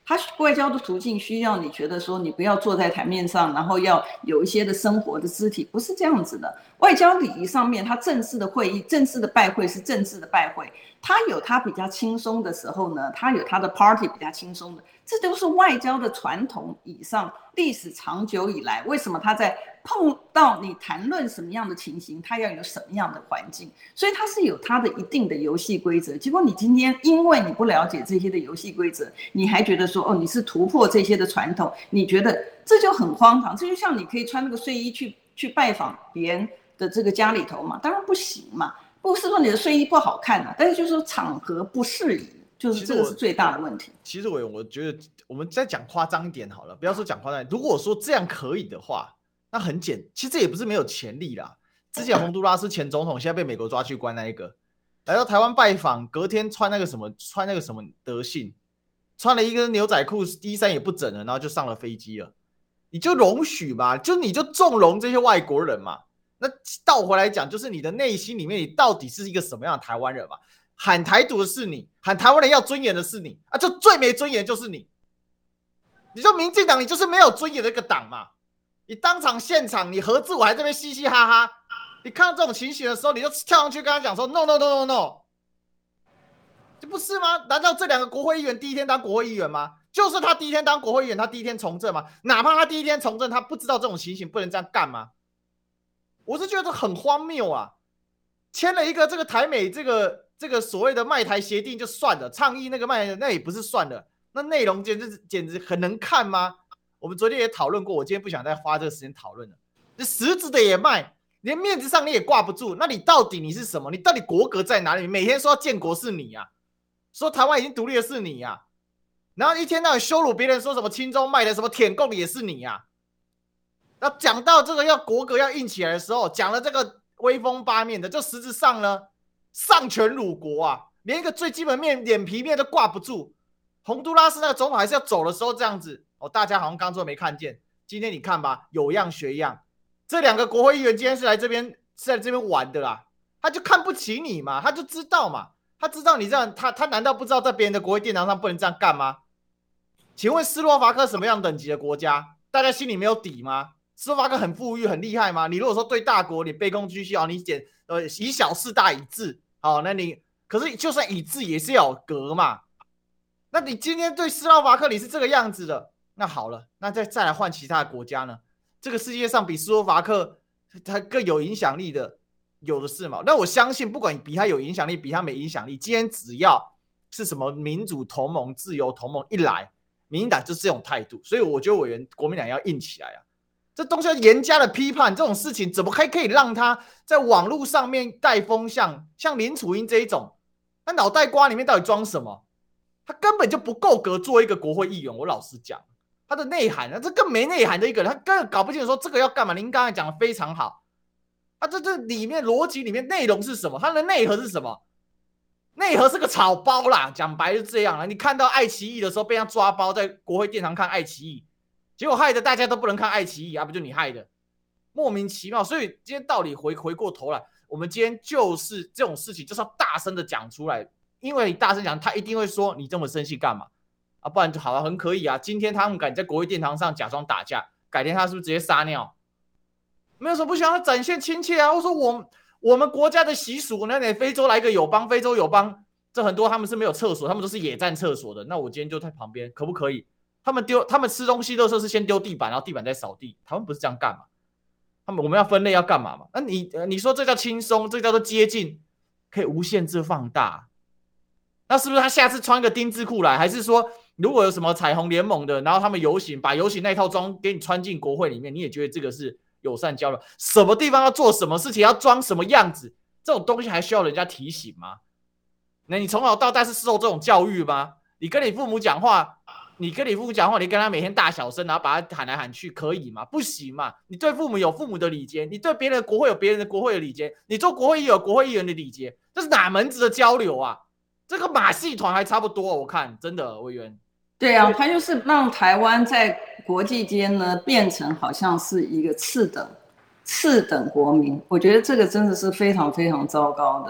他外交的途径需要你觉得说你不要坐在台面上，然后要有一些的生活的肢体，不是这样子的。外交礼仪上面，他正式的会议、正式的拜会是正式的拜会，他有他比较轻松的时候呢，他有他的 party 比较轻松的，这都是外交的传统以上，历史长久以来，为什么他在碰到你谈论什么样的情形，他要有什么样的环境，所以他是有他的一定的游戏规则。结果你今天因为你不了解这些的游戏规则，你还觉得说哦你是突破这些的传统，你觉得这就很荒唐。这就像你可以穿那个睡衣去去拜访别人的这个家里头嘛，当然不行嘛。不是说你的睡衣不好看啊，但是就是说场合不适宜，就是这个是最大的问题。 其实我我觉得我们再讲夸张一点好了，不要说讲夸张。如果说这样可以的话，那很简，其实这也不是没有潜力啦。之前洪都拉斯前总统现在被美国抓去关那一个，来到台湾拜访，隔天穿那个什么穿那个什么德性，穿了一个牛仔裤，衣衫也不整了，然后就上了飞机了。你就容许嘛，就你就纵容这些外国人嘛。那倒回来讲，就是你的内心里面，你到底是一个什么样的台湾人嘛？喊台独的是你，喊台湾人要尊严的是你啊，就最没尊严就是你。你说民进党，你就是没有尊严的一个党嘛？你当场现场，你何志伟还在那边嘻嘻哈哈，你看到这种情形的时候，你就跳上去跟他讲说 no no no no no， 这不是吗？难道这两个国会议员第一天当国会议员吗？就是他第一天当国会议员，他第一天从政吗？哪怕他第一天从政，他不知道这种情形不能这样干吗？我是觉得很荒谬啊！签了一个这个台美这个这个所谓的卖台协定就算了，倡议那个卖台那也不是算了，那内容简直简直很能看吗？我们昨天也讨论过，我今天不想再花这个时间讨论了。这实质的也卖，连面子上你也挂不住，那你到底你是什么？你到底国格在哪里？每天说要建国是你啊，说台湾已经独立的是你啊，然后一天到晚羞辱别人，说什么亲中卖的什么舔共的也是你啊。那讲到这个要国格要硬起来的时候，讲了这个威风八面的，就实质上呢丧权辱国啊，连一个最基本面脸皮面都挂不住。洪都拉斯那个总统还是要走的时候这样子哦，大家好像刚才没看见，今天你看吧，有样学样。这两个国会议员今天是来这边是来这边玩的啦，他就看不起你嘛，他就知道嘛，他知道你这样，他他难道不知道在别人的国会殿堂上不能这样干吗？请问斯洛伐克什么样等级的国家？大家心里没有底吗？斯洛伐克很富裕很厉害吗？你如果说对大国你卑躬屈膝，你简呃以小事大以治，好，那你可是就算以治也是要有格嘛。那你今天对斯洛伐克你是这个样子的，那好了，那再再来换其他的国家呢？这个世界上比斯洛伐克它更有影响力的有的是嘛？那我相信不管比他有影响力比他没影响力，今天只要是什么民主同盟自由同盟一来，民进党就是这种态度，所以我觉得委员国民党要硬起来啊。这东西要严加的批判，这种事情怎么还可以让他在网络上面带风向？像林楚英这一种，他脑袋瓜里面到底装什么？他根本就不够格做一个国会议员。我老实讲，他的内涵，这更没内涵的一个人，他根本搞不清楚说这个要干嘛。您刚才讲的非常好，他这这里面逻辑里面内容是什么？他的内核是什么？内核是个草包啦，讲白是这样啦。你看到爱奇艺的时候被他抓包，在国会殿堂看爱奇艺。结果害得大家都不能看爱奇艺啊，不就你害的，莫名其妙。所以今天道理回回过头来，我们今天就是这种事情就是要大声的讲出来，因为你大声讲，他一定会说你这么生气干嘛啊？不然就好啊，很可以啊。今天他们敢在国会殿堂上假装打架，改天他是不是直接撒尿？没有什么不想要展现亲切啊。或者说我我们国家的习俗，那你非洲来个友邦，非洲友邦这很多他们是没有厕所，他们都是野战厕所的。那我今天就在旁边，可不可以？他们丢，他们吃东西垃圾是先丢地板，然后地板再扫地。台湾不是这样干嘛？他们我们要分类要干嘛嘛？那你你说这叫轻松，这叫做接近，可以无限制放大。那是不是他下次穿个丁字裤来？还是说如果有什么彩虹联盟的，然后他们游行，把游行那套装给你穿进国会里面，你也觉得这个是友善交流？什么地方要做什么事情，要装什么样子？这种东西还需要人家提醒吗？那你从小到大是受这种教育吗？你跟你父母讲话？你跟你父母讲话，你跟他每天大小声，然后把他喊来喊去，可以吗？不行嘛！你对父母有父母的礼节，你对别人的国会有别人的国会的礼节，你做国会议员有国会议员的礼节，这是哪门子的交流啊？这个马戏团还差不多，我看真的委员。 对啊，他就是让台湾在国际间呢变成好像是一个次等次等国民，我觉得这个真的是非常非常糟糕的。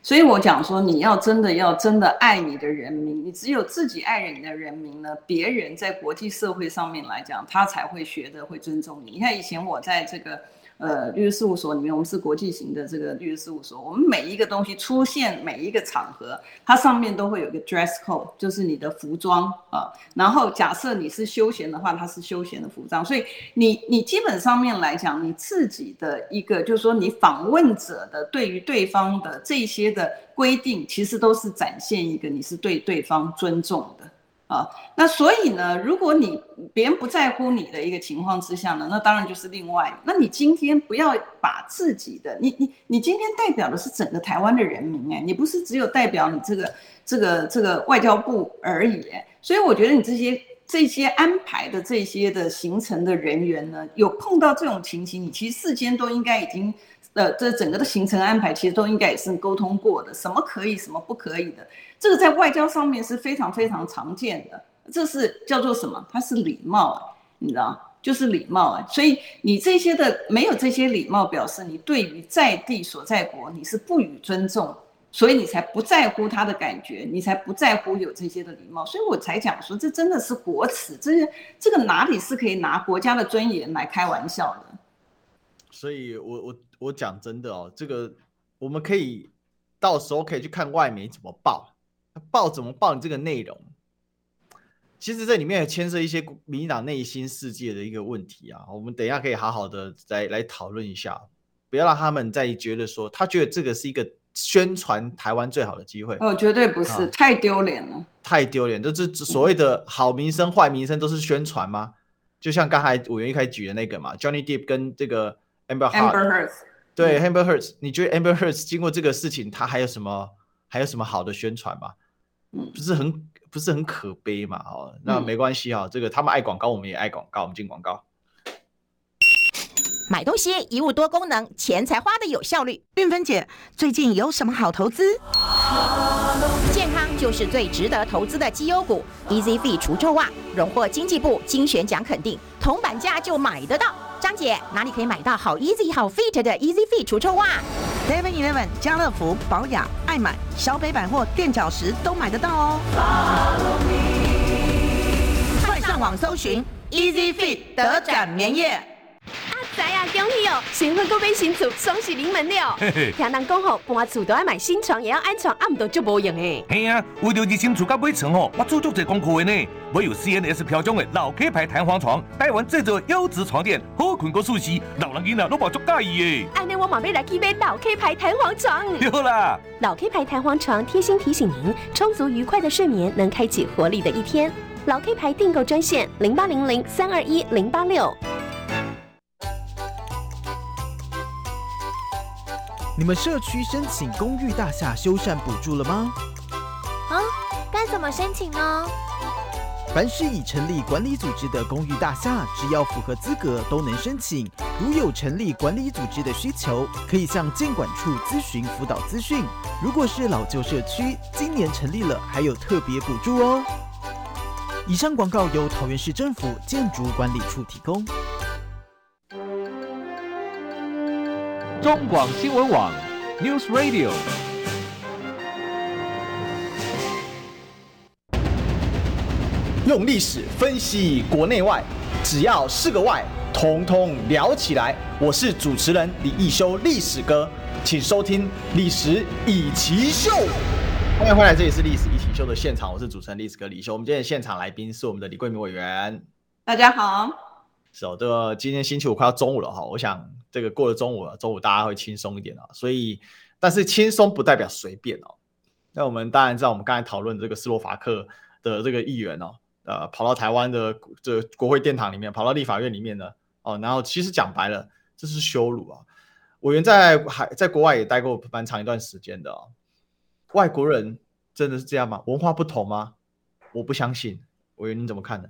所以我讲说，你要真的要真的爱你的人民，你只有自己爱你的人民呢，别人在国际社会上面来讲，他才会学得会尊重你。你看以前我在这个呃律师事务所里面，我们是国际型的这个律师事务所，我们每一个东西出现每一个场合，它上面都会有一个 dress code， 就是你的服装啊。然后假设你是休闲的话，它是休闲的服装，所以你你基本上面来讲，你自己的一个就是说你访问者的对于对方的这些的规定，其实都是展现一个你是对对方尊重的。啊，那所以呢，如果你别人不在乎你的一个情况之下呢，那当然就是另外。那你今天不要把自己的，你你你今天代表的是整个台湾的人民哎，你不是只有代表你这个这个这个外交部而已哎。所以我觉得你这些这些安排的这些的行程的人员呢，有碰到这种情形，你其实事先都应该已经。呃，这整个的行程安排其实都应该也是沟通过的，什么可以，什么不可以的，这个在外交上面是非常非常常见的，这是叫做什么？它是礼貌啊，你知道，就是礼貌啊。所以你这些的没有这些礼貌，表示你对于在地所在国你是不予尊重，所以你才不在乎他的感觉，你才不在乎有这些的礼貌，所以我才讲说，这真的是国耻，这些这个哪里是可以拿国家的尊严来开玩笑的？ 所以我我我讲真的哦，这个我们可以到时候可以去看外媒怎么报，报怎么报你这个内容。其实这里面也牵涉一些民进党内心世界的一个问题啊，我们等一下可以好好的来来讨论一下，不要让他们再觉得说他觉得这个是一个宣传台湾最好的机会。 哦，绝对不是，啊、太丢脸了， 太丢脸，就是所谓的好名声、坏名声都是宣传吗？就像刚才委员一开始举的那个嘛 ，Johnny Depp 跟这个。Amber Heard， 对、嗯、Amber Heard， 你觉得 Amber Heard 经过这个事情，他还有什么还有什么好的宣传吗？嗯，不是很不是很可悲嘛？哦，那没关系哈、哦，这个他们爱广告，我们也爱广告，我们进广告。 买东西一物多功能，钱才花的有效率。 运芬姐，最近有什么好投资？ 健康就是最值得投资的绩优股 ，Easy Fit 除臭袜荣获经济部精选奖肯定，铜板价就买得到。张姐，哪里可以买到好 Easy 好 Fit 的 Easy Fit 除臭袜 ？Seven Eleven、家乐福、宝雅、爱买、小北百货、垫脚石都买得到哦。快上网搜寻 Easy Fit 德展棉业。 啊，知啊，恭喜哦！新婚搁买新厝，双喜临门了。听人讲吼，搬厝都要买新床，也要安床，啊，唔都足无用诶。 嘿啊，为了日新厝甲买床吼，我做足侪功课的呢。我有 C N S 标准的老 K 牌弹簧床，台湾制作优质床垫，好困过舒适，老人囡仔都无足介意的。 安尼我嘛要来去买老 K 牌弹簧床。 对啦， 老 K 牌弹簧床贴心提醒您，充足愉快的睡眠能开启活力的一天。老 K 牌订购专线零八零零三二一零八六。 你们社区申请公寓大厦修缮补助了吗？ 啊，该怎么申请呢？ 凡是已成立管理组织的公寓大厦，只要符合资格都能申请。如有成立管理组织的需求，可以向建管处咨询辅导资讯。如果是老旧社区，今年成立了，还有特别补助哦。以上广告由桃园市政府建筑管理处提供。 中广新闻网 News Radio， 用历史分析国内外，只要是个“外”，统统聊起来。我是主持人李义修，历史哥，请收听《历史以奇秀》。欢迎回来，这里是《历史一起秀》的现场，我是主持人历史哥李修。我们今天的现场来宾是我们的李桂明委员。 大家好。 是哦，这个今天星期五快要中午了哈，我想这个过了中午了，中午大家会轻松一点啊。所以，但是轻松不代表随便哦。那我们当然知道，我们刚才讨论这个斯洛伐克的这个议员哦，呃，跑到台湾的这个国会殿堂里面，跑到立法院里面呢，哦，然后其实讲白了，这是羞辱啊。委员在海在国外也待过蛮长一段时间的哦。外国人真的是这样吗？文化不同吗？我不相信。委员你怎么看呢？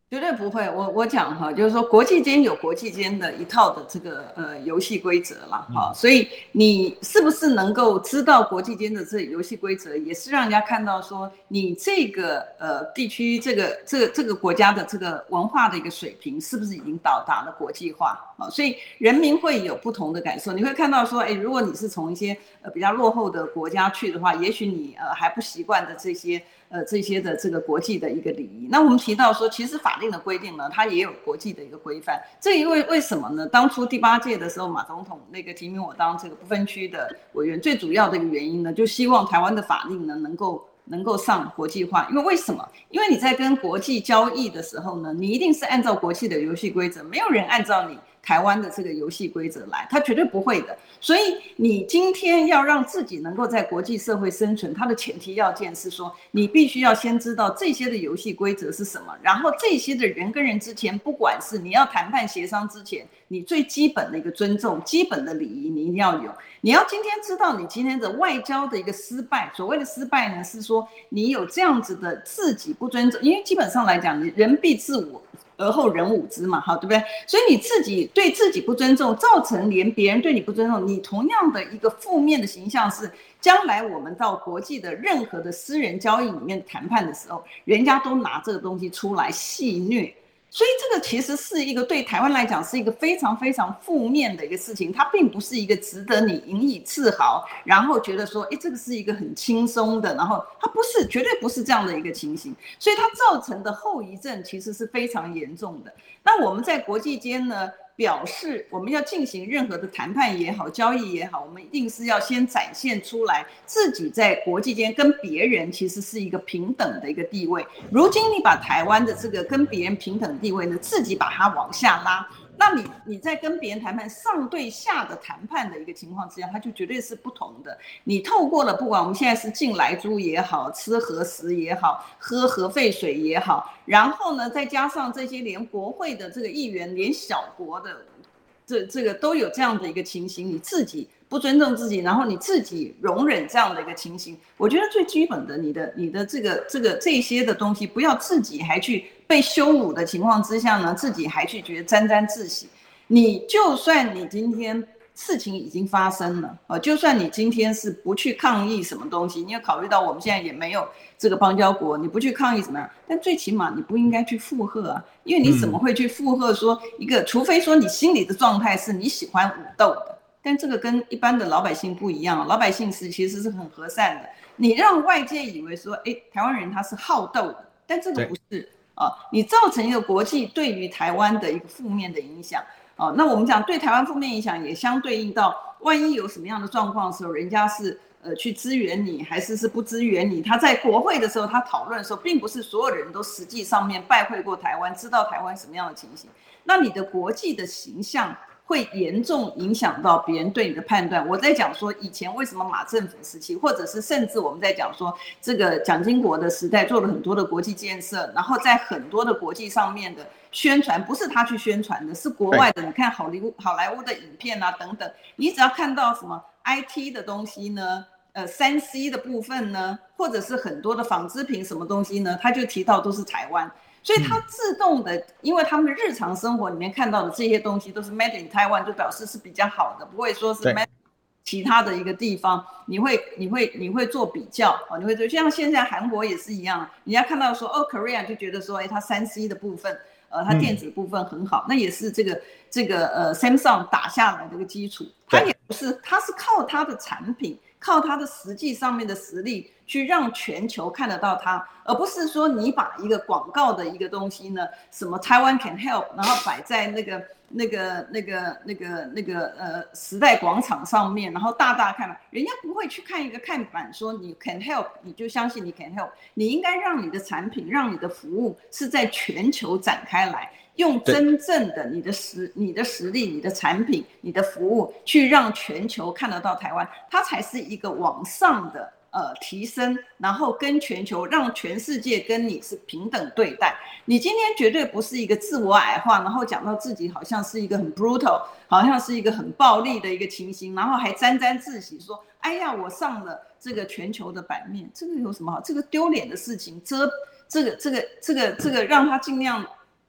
绝对不会，我我讲哈，就是说国际间有国际间的一套的这个呃游戏规则啦，哈、嗯，所以你是不是能够知道国际间的这游戏规则，也是让人家看到说你这个呃地区这个这个这个国家的这个文化的一个水平是不是已经到达了国际化啊？所以人民会有不同的感受，你会看到说，哎，如果你是从一些呃比较落后的国家去的话，也许你呃还不习惯的这些。呃，这些的这个国际的一个礼仪，那我们提到说，其实法令的规定呢，它也有国际的一个规范。这因为为什么呢？当初第八届的时候，马总统那个提名我当这个不分区的委员，最主要的一个原因呢，就希望台湾的法令呢能够能够上国际化。因为为什么？因为你在跟国际交易的时候呢，你一定是按照国际的游戏规则，没有人按照你台湾的这个游戏规则来，他绝对不会的。所以你今天要让自己能够在国际社会生存，它的前提要件是说，你必须要先知道这些的游戏规则是什么，然后这些的人跟人之前，不管是你要谈判协商之前，你最基本的一个尊重、基本的礼仪，你一定要有。你要今天知道你今天的外交的一个失败，所谓的失败呢，是说你有这样子的自己不尊重，因为基本上来讲，你人必自我。而后人侮之嘛，好，对不对？所以你自己对自己不尊重，造成连别人对你不尊重，你同样的一个负面的形象是，将来我们到国际的任何的私人交易里面谈判的时候，人家都拿这个东西出来戏谑。所以这个其实是一个对台湾来讲是一个非常非常负面的一个事情，它并不是一个值得你引以自豪，然后觉得说，哎，这个是一个很轻松的，然后它不是，绝对不是这样的一个情形，所以它造成的后遗症其实是非常严重的。那我们在国际间呢，表示我们要进行任何的谈判也好，交易也好，我们一定是要先展现出来自己在国际间跟别人其实是一个平等的一个地位。如今你把台湾的这个跟别人平等地位呢，自己把它往下拉，那你你在跟别人谈判上对下的谈判的一个情况之下，它就绝对是不同的。你透过了不管我们现在是进来猪也好，吃核食也好，喝核废水也好，然后呢再加上这些连国会的这个议员，连小国的这这个都有这样的一个情形，你自己不尊重自己，然后你自己容忍这样的一个情形，我觉得最基本的，你的你的这个这个这些的东西，不要自己还去被羞辱的情况之下呢，自己还去觉得沾沾自喜。你就算你今天事情已经发生了，呃，就算你今天是不去抗议什么东西，你要考虑到我们现在也没有这个邦交国，你不去抗议怎么样？但最起码你不应该去附和啊，因为你怎么会去附和说一个，除非说你心里的状态是你喜欢武斗的。但这个跟一般的老百姓不一样，老百姓是其实是很和善的。你让外界以为说，哎，台湾人他是好斗的，但这个不是啊，你造成一个国际对于台湾的一个负面的影响啊。那我们讲对台湾负面影响，也相对应到万一有什么样的状况的时候，人家是呃去支援你，还是是不支援你？他在国会的时候，他讨论的时候，并不是所有人都实际上面拜会过台湾，知道台湾什么样的情形。那你的国际的形象会严重影响到别人对你的判断。我在讲说以前为什么马政府时期，或者是甚至我们在讲说这个蒋经国的时代做了很多的国际建设，然后在很多的国际上面的宣传，不是他去宣传的，是国外的。你看好莱坞好莱坞的影片啊等等，你只要看到什么 I T 的东西呢，呃 三 C 的部分呢，或者是很多的纺织品什么东西呢，他就提到都是台湾。所以它自动的，因为他们的日常生活里面看到的这些东西都是 made in Taiwan， 就表示是比较好的，不会说是 made 其他的一个地方，你会你会你会做比较哦，你会做，就像现在韩国也是一样，人家看到说哦 Korea 就觉得说，哎，它 三 C 的部分，呃，它电子部分很好，嗯、那也是这个这个呃 Samsung 打下来的一个基础，它也不是，它是靠它的产品。靠它的实际上面的实力去让全球看得到它，而不是说你把一个广告的一个东西呢，什么 Taiwan can help， 然后摆在那个那个那个那个那个呃时代广场上面，然后大大看板，人家不会去看一个看板说你 can help， 你就相信你 can help， 你应该让你的产品，让你的服务是在全球展开来。用真正的你的实、你的实力、你的产品、你的服务，去让全球看得到台湾，它才是一个往上的呃提升，然后跟全球让全世界跟你是平等对待。你今天绝对不是一个自我矮化，然后讲到自己好像是一个很 brutal， 好像是一个很暴力的一个情形，然后还沾沾自喜说，哎呀，我上了这个全球的版面，这个有什么好？这个丢脸的事情，遮这个这个这个这个让他尽量。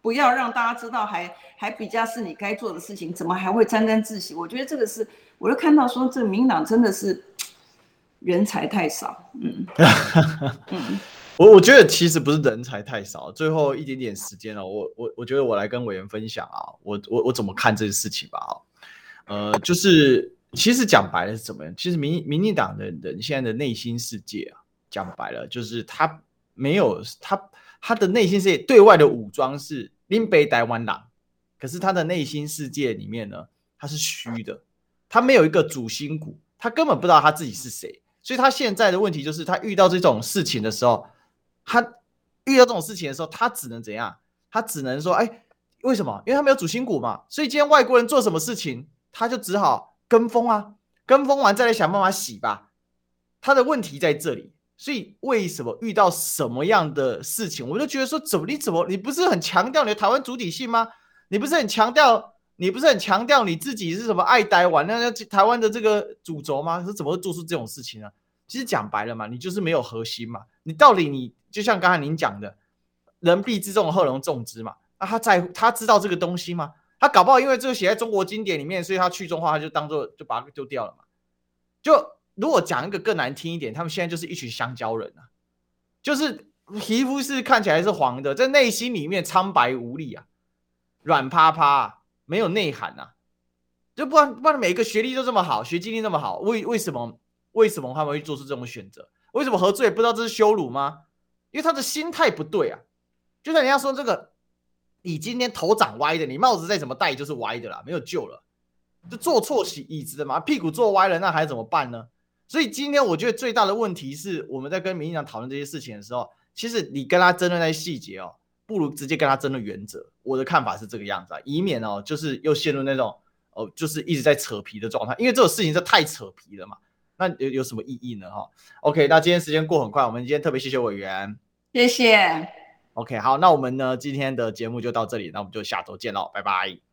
不要让大家知道还还比较是你该做的事情，怎么还会沾沾自喜？我觉得这个是，我就看到说，这民进党真的是人才太少。嗯嗯，我我觉得其实不是人才太少，最后一点点时间了，我我我觉得我来跟委员分享啊，我我我怎么看这个事情吧啊，呃，就是其实讲白了是怎么样？其实民民进党的人现在的内心世界啊，讲白了就是他没有他。他的内心世界对外的武装是林北台湾人，可是他的内心世界里面呢，他是虚的，他没有一个主心骨，他根本不知道他自己是谁，所以他现在的问题就是他遇到这种事情的时候，他遇到这种事情的时候，他只能怎样？他只能说，哎，为什么？因为他没有主心骨嘛，所以今天外国人做什么事情，他就只好跟风啊，跟风完再来想办法洗吧。他的问题在这里。所以为什么遇到什么样的事情，我就觉得说，怎么你怎么你不是很强调你的台湾主体性吗？你不是很强调你不是很强调你自己是什么爱台湾那台湾的这个主轴吗？可是怎么会做出这种事情呢？其实讲白了嘛，你就是没有核心嘛。你到底你就像刚才您讲的，人必自重，贺龙重之嘛。那他在他知道这个东西吗？他搞不好因为这个写在中国经典里面，所以他去中化，他就当做就把它丢掉了嘛。就如果讲一个更难听一点，他们现在就是一群香蕉人啊，就是皮肤是看起来是黄的，在内心里面苍白无力啊，软趴趴、啊，没有内涵啊，就不然不然每个学历都这么好，学经历那么好，为为什么为什么他们会做出这种选择？为什么何罪不知道这是羞辱吗？因为他的心态不对啊，就像人家说这个，你今天头长歪的，你帽子再怎么戴就是歪的啦，没有救了，就坐错椅子的嘛，屁股坐歪了，那还怎么办呢？所以今天我觉得最大的问题是，我们在跟民进党讨论这些事情的时候，其实你跟他争论那些细节哦，不如直接跟他争论原则。我的看法是这个样子啊，以免哦，就是又陷入那种哦，就是一直在扯皮的状态，因为这种事情是太扯皮了嘛。那有有什么意义呢？哈 ，OK， 那今天时间过很快，我们今天特别谢谢委员， 谢谢。 OK， 好，那我们呢今天的节目就到这里，那我们就下周见喽，拜拜。